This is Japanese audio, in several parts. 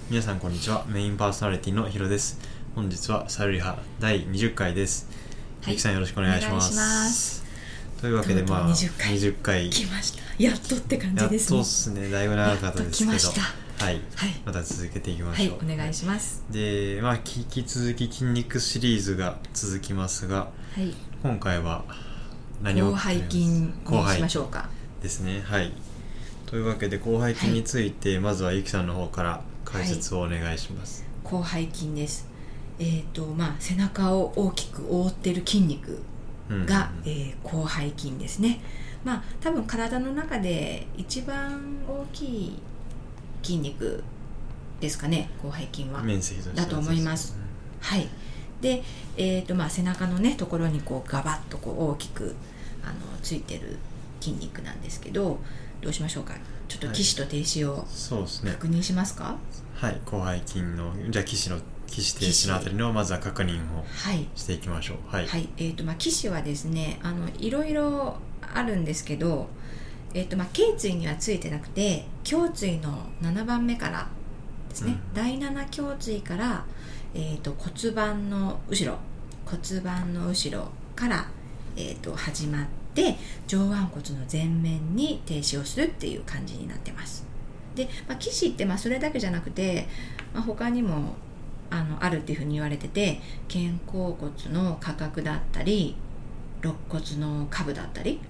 皆さんこんにちは。メインパーソナリティのヒロです。本日はサルリハ第20回です。ゆきさんよろしくお願いします。というわけで20回来ました。やっとって感じですね。 やっとっすね。だいぶ長かったですけど、はい、 また続けていきましょう。 はい、お願いします。 で、引き続き筋肉シリーズが続きますが、 はい、 今回は何を広背筋にしましょうか。 ですね。はい。というわけで広背筋について、まずはゆきさんの方から解説をお願いします。 広背筋です。背中を大きく覆っている筋肉が、広背筋ですね。多分体の中で一番大きい筋肉ですかね、広背筋は。 面積としてだと思います。はい。で、背中のねところにこうガバッとこう大きくついてる筋肉なんですけど、どうしましょうか。ちょっと起死と停止を確認しますか。 はい、広背筋のじゃあ起死停止のあたりのまずは確認をしていきましょう。はい。 はい。起死はですね、いろいろあるんですけど、頸椎にはついてなくて、胸椎の7番目からですね、第7胸椎から、骨盤の後ろから、始まって上腕骨の前面に停止をするっていう感じになってます。で、起死ってそれだけじゃなくて、他にもあるっていうふうに言われてて、肩甲骨の下角だったり肋骨の下部だったり、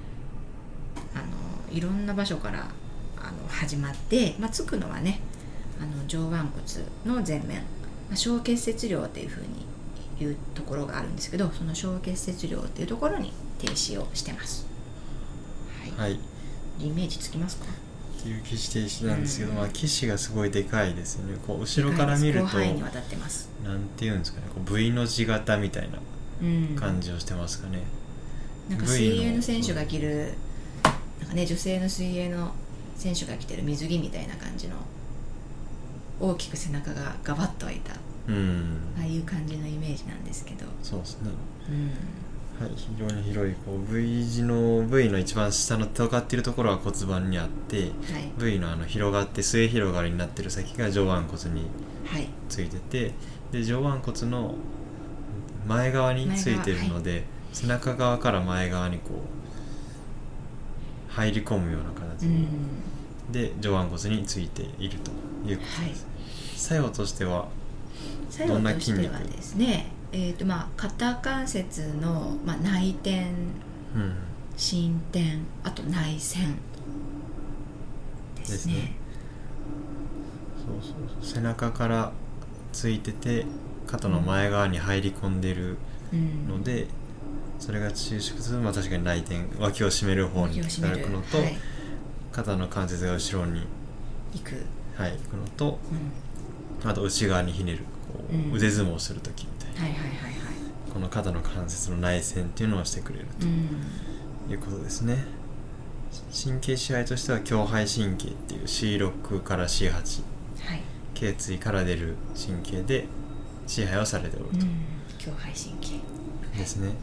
いろんな場所から始まって、つくのはね、上腕骨の前面、小結節量っていうふうにいうところがあるんですけど、その小結節量っていうところに停止をしてます。はい。イメージつきますか。 っていう起死停止なんですけど、起死がすごいでかいですよね。こう後ろから見ると広範囲にわたってます。 なんていうんですかね、こう V の字型みたいな感じをしてますかね。 なんか水泳の選手が着る、なんかね、女性の水泳の選手が着てる水着みたいな感じの大きく背中がガバッと開いた、ああいう感じのイメージなんですけど。 そうですね。はい、非常に広いこう V 字の V の一番下の尖っているところは骨盤にあって、V の広がって末広がりになっている先が上腕骨についてて、で上腕骨の前側についているので、背中側から前側にこう入り込むような形で上腕骨についているということです。作用としてはどんな筋肉？ 作用としてはですね、肩関節の、内転、伸展、あと内旋ですね。 そう背中からついてて肩の前側に入り込んでるので、それが収縮すると、確かに内転、脇を締める方に働くのと、肩の関節が後ろに行くのと、あと内側にひねる、腕相撲をするときみたいな、この肩の関節の内旋っていうのをしてくれるということですね。神経支配としては胸背神経っていう C6 から C8、頸椎から出る神経で支配をされておると、 胸背神経ですね。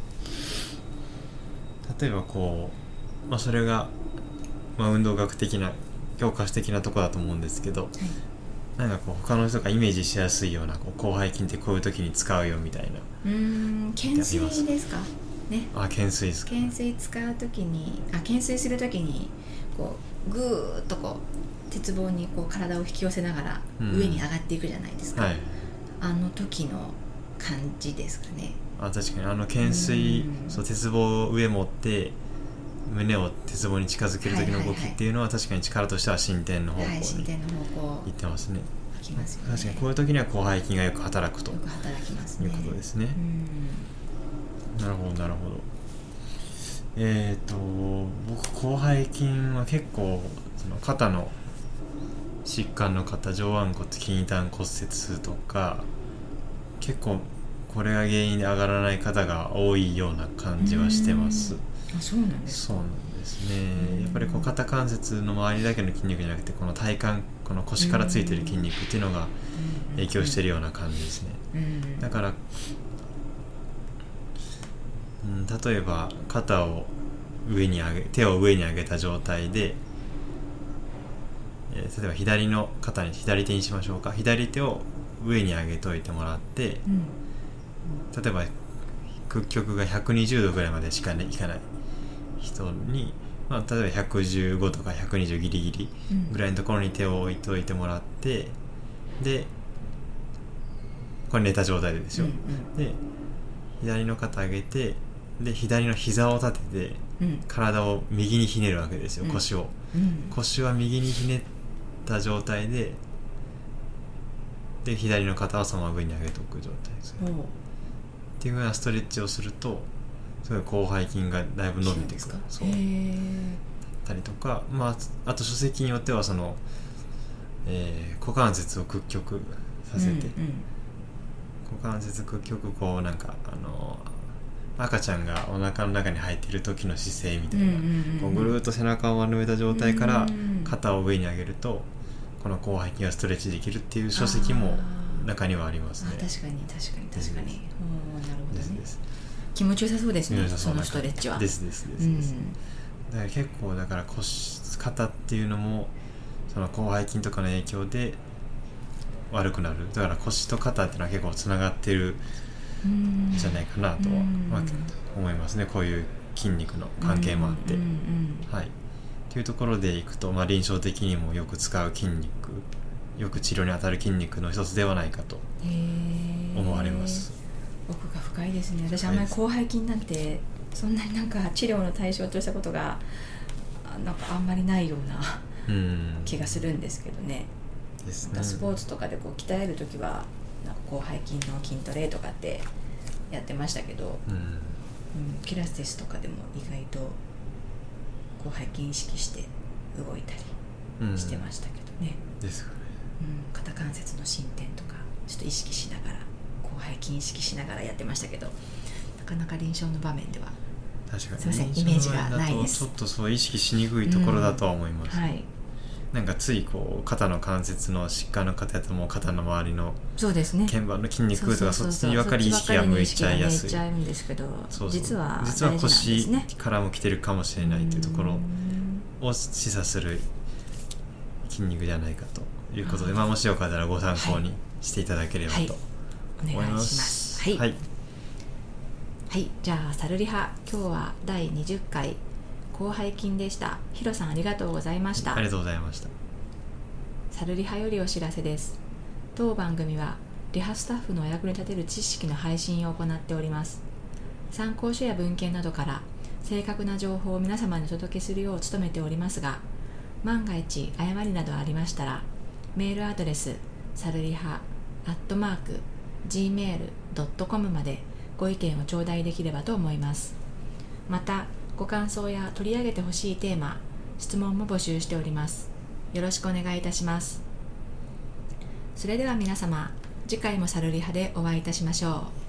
例えばこう、それが、運動学的な教科書的なところだと思うんですけど、なんかこう他の人がイメージしやすいような、こう広背筋ってこういう時に使うよみたいな。 懸垂ですかね。 懸垂ですか。 懸垂使う時に、懸垂する時にこうぐーっとこう鉄棒にこう体を引き寄せながら上に上がっていくじゃないですか。あの時の感じですかね。 確かに懸垂、鉄棒を上持って胸を鉄棒に近づける時の動きっていうのは、確かに力としては伸展の方向に行ってますね。確かにこういう時には広背筋がよく働くということですね。なるほどなるほど。僕広背筋は結構その肩の疾患の方、上腕骨筋断骨折とか、結構これが原因で上がらない方が多いような感じはしてます。 そうなんですか。 そうなんですね。やっぱりこう肩関節の周りだけの筋肉じゃなくて、この体幹、この腰からついてる筋肉っていうのが影響しているような感じですね。だから、例えば肩を上に上げ、手を上に上げた状態で、 例えば左の肩に左手にしましょうか。左手を上に上げといてもらって、例えば屈曲が120度ぐらいまでしか、いかない人に、例えば115とか120ギリギリぐらいのところに手を置いといてもらって、でこれ寝た状態でですよ、で左の肩上げて、で左の膝を立てて、体を右にひねるわけですよ。腰を、腰は右にひねった状態で、左の肩はそのまま上に上げておく状態ですね。っていうようなストレッチをすると、すごい広背筋がだいぶ伸びてくる。そうたりとか、あと書籍によってはその、股関節を屈曲させて、股関節屈曲、こうなんか赤ちゃんがお腹の中に入っている時の姿勢みたいな、こうぐるっと背中を丸めた状態から肩を上に上げると、この広背筋がストレッチできるっていう書籍も中にはありますね。 確かになるほどね。気持ちよさそうですね、そのストレッチは。だから結構肩っていうのもその広背筋とかの影響で悪くなる。だから腰と肩っていうのは結構つながってるんじゃないかなとは、思いますね。こういう筋肉の関係もあって、というところでいくと、臨床的にもよく使う筋肉、よく治療に当たる筋肉の一つではないかと思われます。 奥が深いですね。私あんまり広背筋なんてそんなになんか治療の対象としたことがなんかあんまりないような気がするんですけどね。なんかスポーツとかでこう鍛えるときはなんか広背筋の筋トレとかってやってましたけど、ピラティスとかでも意外と広背筋意識して動いたりしてましたけどね。 ですかね。 肩関節の伸展とかちょっと意識しながら、広背筋意識しながらやってましたけど、なかなか臨床の場面では確かにすいません、イメージがないです。 ちょっとそう意識しにくいところだとは思います。なんかついこう肩の関節の疾患の方やと、もう肩の周りの腱板の筋肉とかそっちにばかり意識が向いちゃいやすい。実は腰からも来てるかもしれないというところを示唆する筋肉じゃないかということで、もしよかったらご参考にしていただければと思います。 お願いします。はい、じゃあサルリハ、今日は第20回広背筋でした。ヒロさんありがとうございました。 ありがとうございました。 サルリハよりお知らせです。当番組はリハスタッフのお役に立てる知識の配信を行っております。参考書や文献などから正確な情報を皆様にお届けするよう努めておりますが、万が一誤りなどありましたら、メールアドレスサルリハ@gmail.com までご意見を頂戴できればと思います。またご感想や取り上げてほしいテーマ、質問も募集しております。よろしくお願いいたします。それでは皆様、次回もサルリハでお会いいたしましょう。